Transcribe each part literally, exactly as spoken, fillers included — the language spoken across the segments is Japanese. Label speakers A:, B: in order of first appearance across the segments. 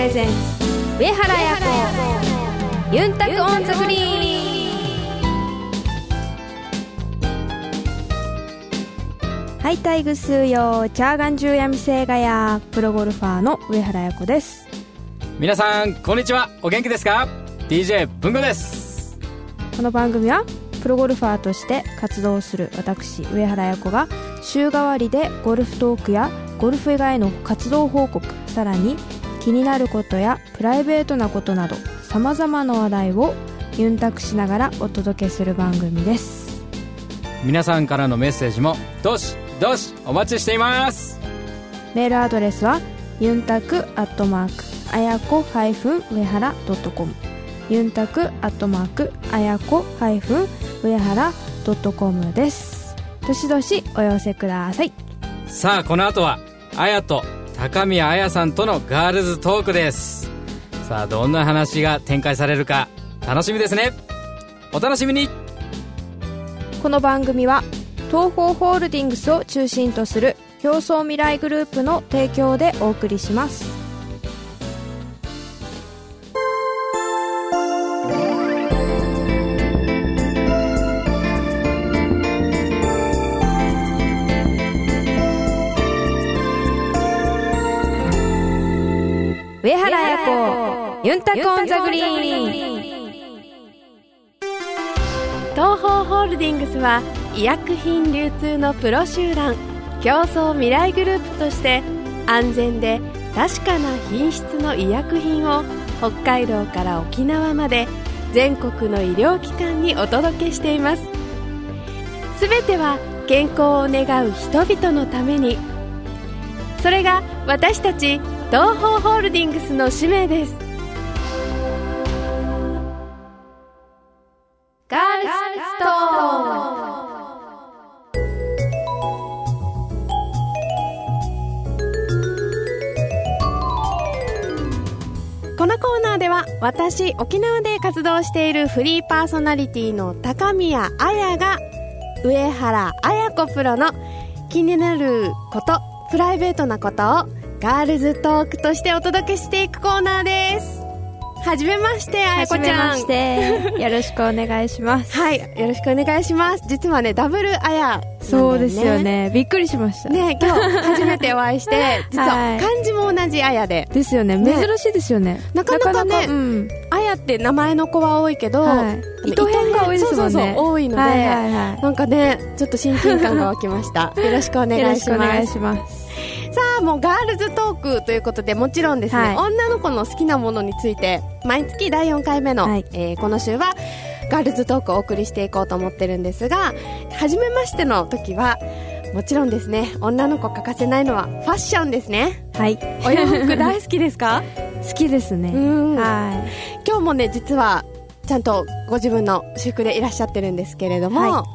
A: レゼンツ上原彩子ユンタクオンザグリーン。はい、タイグスーヨーチャーガンジューヤミセイガヤプロゴルファーの上原彩子です。
B: 皆さんこんにちは、お元気ですか？ ディージェー 文吾です。
A: この番組はプロゴルファーとして活動する私上原彩子が週替わりでゴルフトークやゴルフ以外の活動報告、さらに気になることやプライベートなことなどさまざまな話題をユンタクしながらお届けする番組です。
B: 皆さんからのメッセージもどしどしお待ちしています。
A: メールアドレスはユンタクアットマークあやこハイフン上原ドットコム、ユンタクアットマークあやこハイフン上原ドットコムです。どしどしお寄せください。
B: さあ、この後はあやと高宮あやさんとのガールズトークです。さあ、どんな話が展開されるか楽しみですね。お楽しみに。
A: この番組は東方ホールディングスを中心とする表層未来グループの提供でお送りします。上原彩子ユンタクオンザグリーン。
C: 東方ホールディングスは医薬品流通のプロ集団、競争未来グループとして安全で確かな品質の医薬品を北海道から沖縄まで全国の医療機関にお届けしています。すべては健康を願う人々のために。それが私たち東方ホールディングスの使命です。
A: ガールスト
C: ーン。このコーナーでは私沖縄で活動しているフリーパーソナリティの高宮彩が上原彩子プロの気になること、プライベートなことをガールズトークとしてお届けしていくコーナーです。はじめまして、あやこちゃん。
A: はじめまして。よろしくお願いします。
C: はい、よろしくお願いします。実はね、ダブルあやなんだよね。
A: そうですよね。びっくりしました。
C: ね、今日初めてお会いして、実は漢字も同じあやで。
A: ですよね。珍しいですよね。
C: なかなかね、あやって名前の子は多いけど、
A: 糸編が多いですもんね。
C: そうそうそう、多いので、なんかね、ちょっと親近感が湧きました。よろしくお願いします。よろしくお願いします。さあ、もうガールズトークということで、もちろんですね、はい、女の子の好きなものについて毎月だいよんかいめの、はい、えー、この週はガールズトークをお送りしていこうと思ってるんですが、初めましての時はもちろんですね、女の子欠かせないのはファッションですね。
A: はい。
C: お洋服大好きですか？
A: 好きですね。うん、はい。
C: 今日もね、実はちゃんとご自分の私服でいらっしゃってるんですけれども、はい、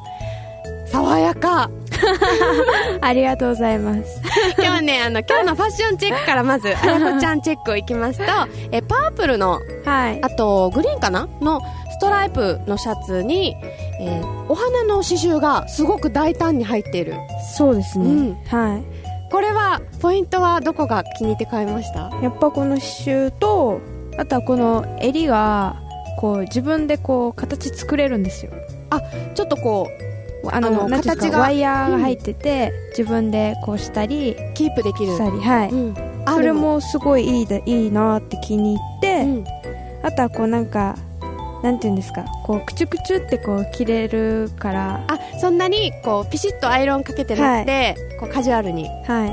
C: 爽やか
A: ありがとうございます。
C: 今日はね、あの今日のファッションチェックからまずあやこちゃんチェックをいきますとえパープルの、はい、あとグリーンかなのストライプのシャツに、えー、お花の刺繍がすごく大胆に入っている。
A: そうですね、うん、はい。
C: これはポイントはどこが気に入って買いました？
A: やっぱこの刺繍と、あとはこの襟がこう自分でこう形作れるんですよ。
C: あ、ちょっとこう
A: あの、あの形がワイヤーが入ってて、うん、自分でこうしたり
C: キープできる
A: したり、はい、うん、それもすごいいいでいいなって気に入って、うん、あとはこうなんかなんていうんですか、こうクチュクチュってこう着れるから、
C: あ、そんなにこうピシッとアイロンかけてなくて、はい、こうカジュアルに、はい、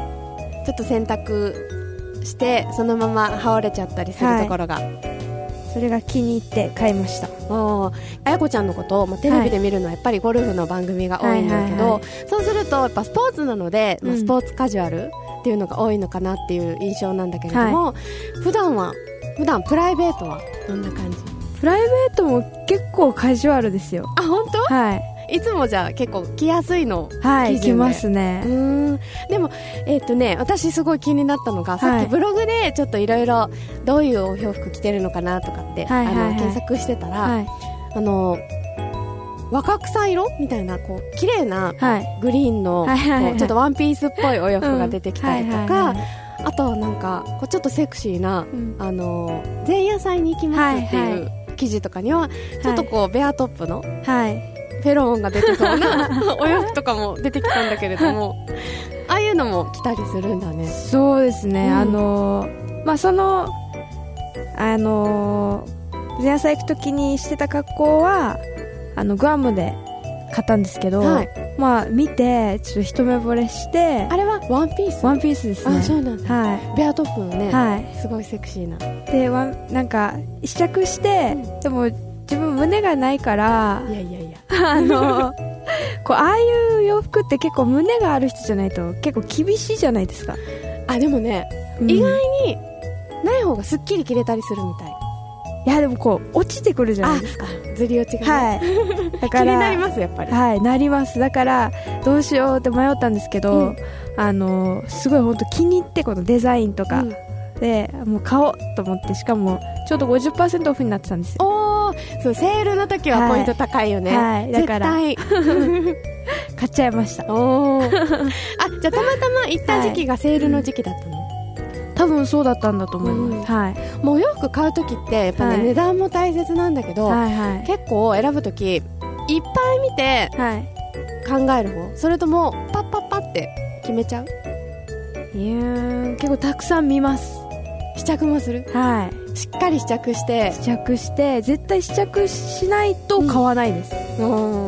C: ちょっと洗濯してそのまま羽織れちゃったりするところが、はい、
A: それが気に入って買いました。
C: あやこちゃんのことを、まあ、テレビで見るのはやっぱりゴルフの番組が多いんだけど、はいはいはいはい、そうするとやっぱスポーツなので、まあ、スポーツカジュアルっていうのが多いのかなっていう印象なんだけれども、はい、普段は普段プライベートはどんな感じ？
A: プライベートも結構カジュアルですよ。
C: あ、本当？
A: はい。
C: いつもじゃあ結構着やすいの、
A: はい、着ますね。
C: うーん、でもえっとね、私すごい気になったのが、はい、さっきブログでちょっといろいろどういうお洋服着てるのかなとかって、はいはいはい、あの検索してたら、はい、あの若草色みたいなこう綺麗なグリーンの、はいはいはいはい、ちょっとワンピースっぽいお洋服が出てきたりとか、 あとはなんかこうちょっとセクシーな、
A: うん、
C: あの前夜祭に行きますっていう、はいはい、記事とかにはちょっとこう、はい、ベアトップの、はい、フェロモンが出てそうなお洋服とかも出てきたんだけれどもああいうのも着たりするんだね。
A: そうですね、うん、あのまあそのあの前夜祭行く時にしてた格好はあのグアムで買ったんですけど、はい、まあ見てちょっと一目惚れして。
C: あれはワンピース？
A: ワンピースですね。
C: あ、そうなんだ、はい、ベアトップのね、はい、すごいセクシーな
A: でワンなんか試着して、うん、でも自分胸がないから、
C: いやいやいや
A: あのこうああいう洋服って結構胸がある人じゃないと結構厳しいじゃないですか。
C: あ、でもね、うん、意外にない方がすっきり着れたりするみたい。
A: いやでもこう落ちてくるじゃないですか。
C: ずり落ちが、ね、
A: はい、だから
C: 気になりますやっぱり。
A: はい、なります。だからどうしようって迷ったんですけど、うん、あのすごい本当気に入ってこのデザインとか、うん、でもう買おうと思って、しかもちょうど ごじゅっパーセント オフになってたんですよ。
C: おー、そう、セールの時はポイント高いよね、
A: はいはい、だから
C: 絶対
A: 買っちゃいました。
C: おーあ、じゃあたまたま行った時期がセールの時期だったの？
A: 多分そうだったんだと思います、うん、はい、
C: もうお洋服買う時ってやっぱね、はい、値段も大切なんだけど、はいはい、結構選ぶ時いっぱい見て考える方、はい、それともパッパッパって決めちゃう？
A: いやー、結構たくさん見ます。
C: 試着もする？はい、しっかり試着して
A: 試着して絶対試着しないと買わないです、うん、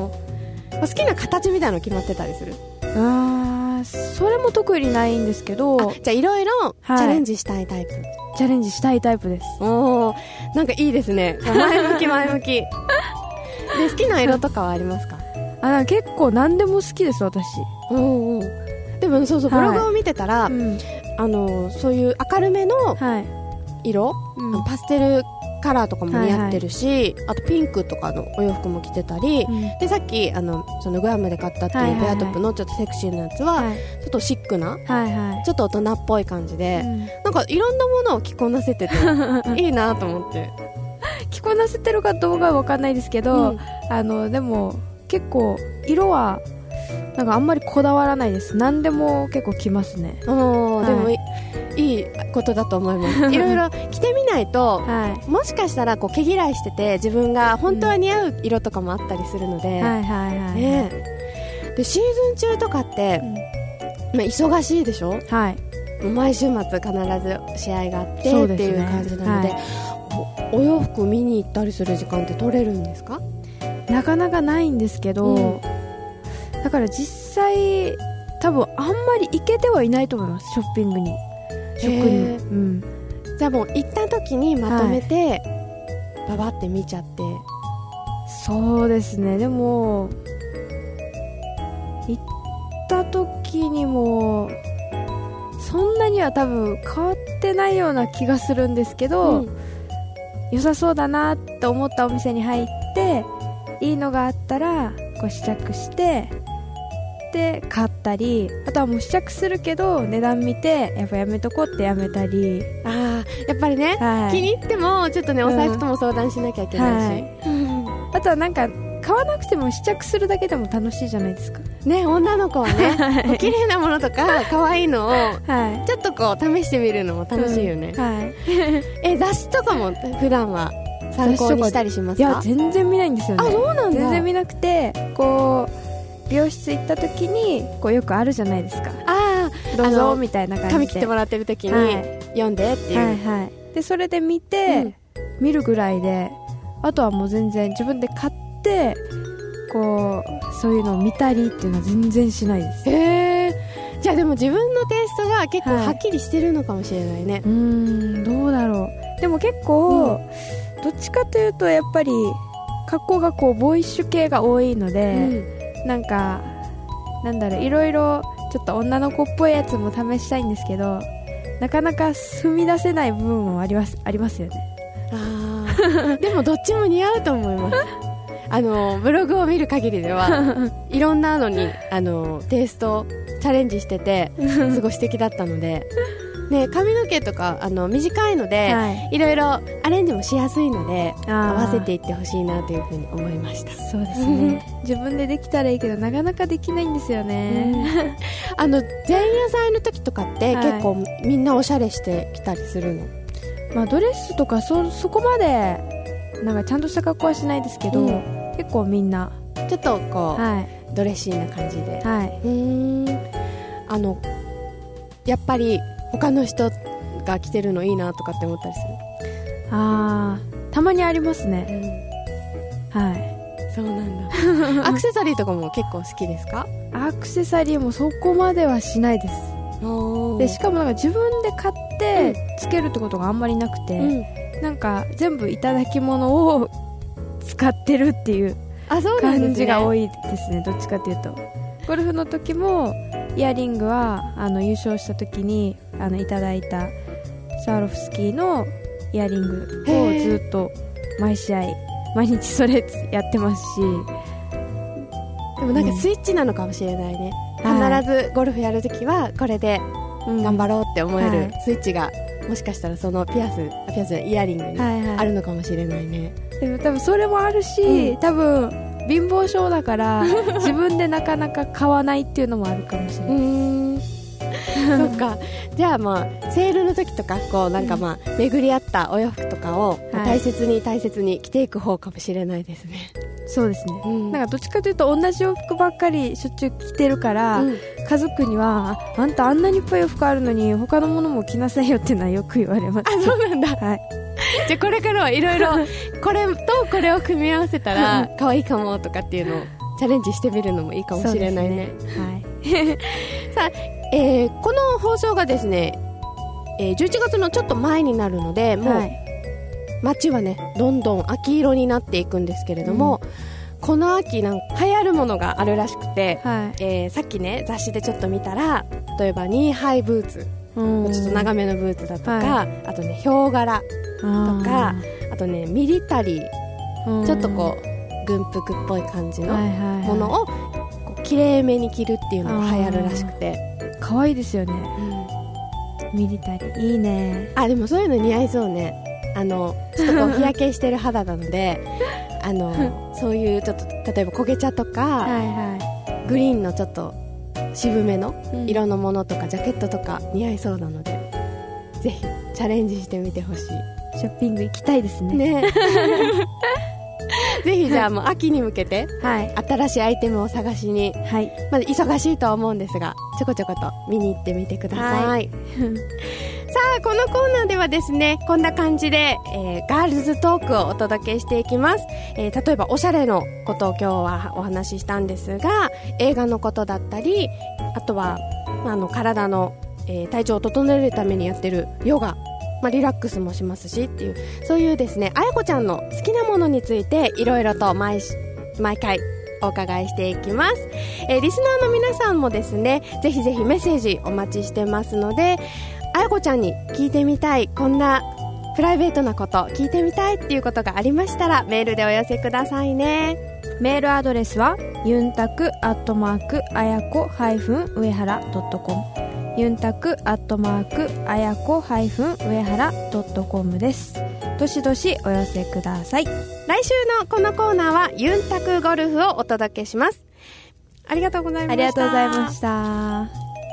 C: 好きな形みたいなの決まってたりする？
A: あ、それも特にないんですけど。
C: じゃあいろいろチャレンジしたいタイプ、はい、
A: チャレンジしたいタイプです。
C: おー、なんかいいですね。前向き前向きで好きな色とかはありますか？
A: あ、なんか結構何でも好きです私。
C: うんうん、でもそうそう、ブログを見てたら、はい、うん、あのそういう明るめの色、はい、うん、パステルカラーとかも似合ってるし、はいはい、あとピンクとかのお洋服も着てたり、うん、でさっきあのそのグアムで買ったっていうベアトップのちょっとセクシーなやつは、はい、ちょっとシックな、はいはい、ちょっと大人っぽい感じで、うん、なんかいろんなものを着こなせてていいなと思って
A: 着こなせてるかどうかは分かんないですけど、うん、あのでも結構色はなんかあんまりこだわらないです。何でも結構着ますね。
C: お、はい、でも い, いいことだと思いますいろいろ着てみないと、はい、もしかしたらこう毛嫌いしてて自分が本当は似合う色とかもあったりするので、うん、はいはいはい、ね、でシーズン中とかって、うん、まあ、忙しいでしょ、はい、毎週末必ず試合があって、ね、っていう感じなので、はい、お, お洋服見に行ったりする時間って取れるんですか？
A: なかなかないんですけど、うん、だから実際多分あんまり行けてはいないと思います。ショッピングに、ショックに、うん、
C: じゃあもう行った時にまとめて、はい、ババって見ちゃって。
A: そうですね。でも行った時にもそんなには多分変わってないような気がするんですけど、うん、良さそうだなって思ったお店に入っていいのがあったらこう試着してで買ったり、あとはもう試着するけど値段見てやっぱやめとこうってやめたり。
C: あー、やっぱりね、はい、気に入ってもちょっとね、お財布とも相談しなきゃいけないし、
A: うんはい、あとはなんか買わなくても試着するだけでも楽しいじゃないですか
C: ね。女の子はね、はい、綺麗なものとか可愛いのを、はい、ちょっとこう試してみるのも楽しいよね、うん、はい、え、雑誌とかも普段は参考にしたりしますか？
A: いや全然見ないんですよね。
C: あ、そうなんだ。
A: 全然見なくて、こう美容室行った時にこうよくあるじゃないですか。
C: あ
A: あ、どうぞみたいな感じで
C: 髪切ってもらってる時に、はい、読んでっていう、はいはい、
A: でそれで見て、うん、見るぐらいで、あとはもう全然自分で買ってこうそういうのを見たりっていうのは全然しないです。
C: へー、じゃあでも自分のテイストが結構はっきりしてるのかもしれないね、はい、
A: うーん、どうだろう。でも結構、うん、どっちかというとやっぱり格好がこうボーイッシュ系が多いので、うん、なんかなんだろう、いろいろちょっと女の子っぽいやつも試したいんですけど、なかなか踏み出せない部分もあります、ありますよね。
C: あでもどっちも似合うと思いますあのブログを見る限りではいろんなのにあのテイストチャレンジしててすごい素敵だったのでね、髪の毛とかあの短いので、はい、いろいろアレンジもしやすいので合わせていってほしいなというふうに思いました。
A: そうですね自分でできたらいいけどなかなかできないんですよね、
C: うん、あの前夜祭の時とかって、はい、結構みんなおしゃれしてきたりするの？
A: まあ、ドレスとか そ, そこまでなんかちゃんとした格好はしないですけど、うん、結構みんな
C: ちょっとこう、はい、ドレッシーな感じで、
A: はい、
C: うーんあのやっぱり他の人が着てるのいいなとかって思ったりする？
A: あーたまにありますね、うん、はい
C: そうなんだアクセサリーとかも結構好きですか？
A: アクセサリーもそこまではしないです。でしかもなんか自分で買ってつけるってことがあんまりなくて、うん、なんか全部いただき物を使ってるっていう感じが多いですね。どっちかというとゴルフの時もイヤリングはあの優勝した時にあのいただいたサーロフスキーのイヤリングをずっと毎試合毎日それやってますし、
C: でもなんかスイッチなのかもしれないね、うん、必ずゴルフやるときはこれで頑張ろうって思えるスイッチが、もしかしたらそのピアスピアスのイヤリングにあるのかもしれないね、
A: はいはい、でも多分それもあるし、うん、多分貧乏症だから自分でなかなか買わないっていうのもあるかもしれない。うーん
C: そっか。じゃあまあセールの時とかこうなんかまあ巡り合ったお洋服とかを大切に大切に着ていく方かもしれないですね。
A: そうですね、うん、なんかどっちかというと同じ洋服ばっかりしょっちゅう着てるから、うん、家族には あ, あんたあんなにいっぱい洋服あるのに他のものも着なさいよっていうのはよく言われます。
C: あ、そうなんだ、
A: はい、
C: じゃあこれからはいろいろこれとこれを組み合わせたら可愛いかもとかっていうのをチャレンジしてみるのもいいかもしれないね。
A: はい、
C: さあ、えー、この放送がですね、えー、じゅういちがつのちょっと前になるのでもう、はい、街はねどんどん秋色になっていくんですけれども、うん、この秋なんか流行るものがあるらしくて、はい、えー、さっきね雑誌でちょっと見たら例えばニーハイブーツ、うん、ちょっと長めのブーツだとか、はい、あとねヒョウ柄とか あ, あとねミリタリー、うん、ちょっとこう軍服っぽい感じのものをこう綺麗めに着るっていうのが流行るらしくて
A: 可愛いですよね、うん、ミリタリーいいね。
C: あ、でもそういうの似合いそうね。あのちょっとこう日焼けしてる肌なのであのそういうちょっと例えば焦げ茶とか、はいはい、グリーンのちょっと渋めの色のものとか、うん、ジャケットとか似合いそうなのでぜひチャレンジしてみてほしい。
A: ショッピング行きたいですね。
C: ねぜひじゃあもう秋に向けて、はい、新しいアイテムを探しに、はい、まだ忙しいとは思うんですがちょこちょこと見に行ってみてください、はい、さあこのコーナーではですねこんな感じで、えー、ガールズトークをお届けしていきます、えー、例えばおしゃれのことを今日はお話ししたんですが映画のことだったりあとは、まあ、あの体の、えー、体調を整えるためにやってるヨガ、まあ、リラックスもしますしっていうそういうですねあやこちゃんの好きなものについていろいろと 毎, 毎回お伺いしていきます、えー、リスナーの皆さんもですねぜひぜひメッセージお待ちしてますのであやこちゃんに聞いてみたいこんなプライベートなこと聞いてみたいっていうことがありましたらメールでお寄せくださいね。
A: メールアドレスはユンタクアットマークあやこハイフン上原ドットコムユンタクアットマークあやこハイフン上原ドットコムです。どしどしお寄せください。
C: 来週のこのコーナーはユンタクゴルフをお届けします。ありがとうございました。
A: ありがとうございました。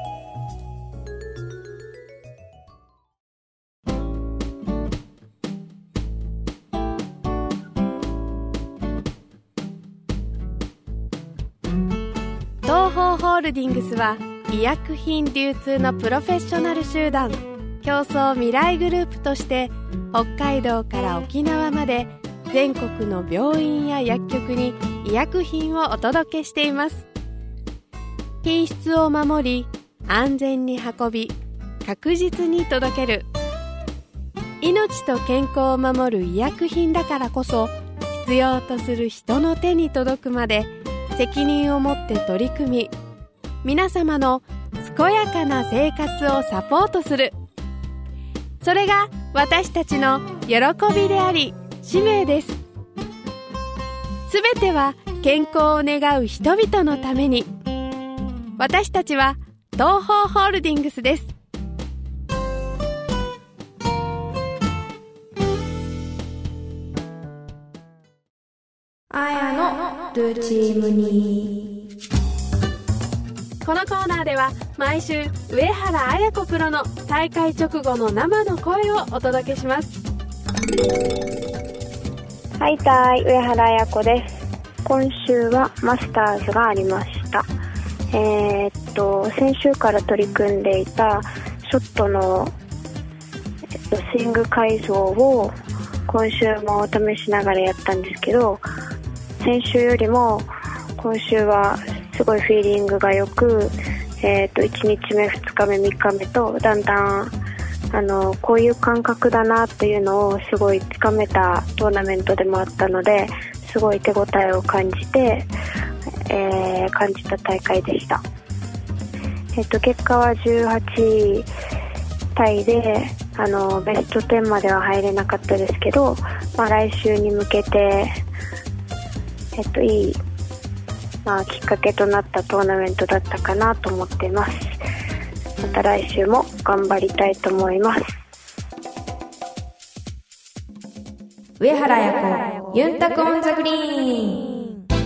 C: 東方ホールディングスは医薬品流通のプロフェッショナル集団競争未来グループとして北海道から沖縄まで全国の病院や薬局に医薬品をお届けしています。品質を守り安全に運び確実に届ける命と健康を守る医薬品だからこそ必要とする人の手に届くまで責任を持って取り組み皆様の健やかな生活をサポートするそれが私たちの喜びであり使命です。すべては健康を願う人々のために私たちは東方ホールディングスです。
A: るチームに。
C: このコーナーでは毎週上原彩子プロの大会直後の生の声をお届けします。
D: はい、たい、上原彩子です。今週はマスターズがありました。えー、っと先週から取り組んでいたショットの、えっと、スイング改造を今週も試しながらやったんですけど、先週よりも今週はすごいフィーリングが良く、えー、といちにちめふつかめみっかめとだんだんあのこういう感覚だなっていうのをすごいつかめたトーナメントでもあったので、すごい手応えを感じて、えー、感じた大会でした。えー、と結果はじゅうはちいタイであのベストじゅうまでは入れなかったですけど、まあ、来週に向けて、えー、といいまあ、きっかけとなったトーナメントだったかなと思っています。また来週も頑張りたいと思います。
A: 上原彩子ユンタクオンザグリーン。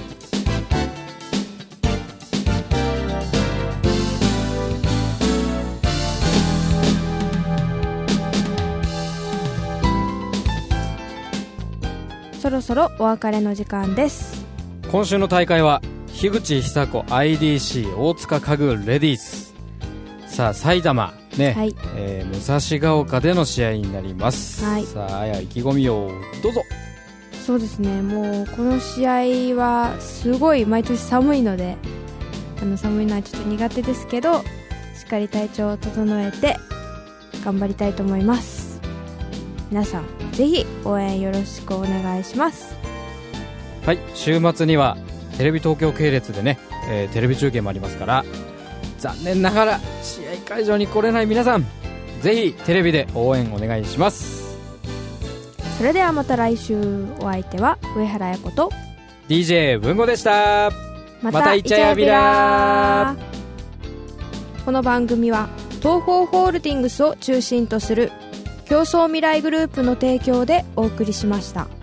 A: そろそろお別れの時間です。
B: 今週の大会は樋口久子 アイディーシー 大塚家具レディース。さあ埼玉ね、はい、えー、武蔵ヶ丘での試合になります。はい、さああや意気込みをどうぞ。
A: そうですね、もうこの試合はすごい毎年寒いので、あの寒いのはちょっと苦手ですけど、しっかり体調を整えて頑張りたいと思います。皆さんぜひ応援よろしくお願いします。
B: はい、週末にはテレビ東京系列でね、えー、テレビ中継もありますから、残念ながら試合会場に来れない皆さん、ぜひテレビで応援お願いします。
A: それではまた来週。お相手は上原彩子と
B: ディージェー 文吾でした。
A: またイチャヤビラ。この番組は東方ホールディングスを中心とする競争未来グループの提供でお送りしました。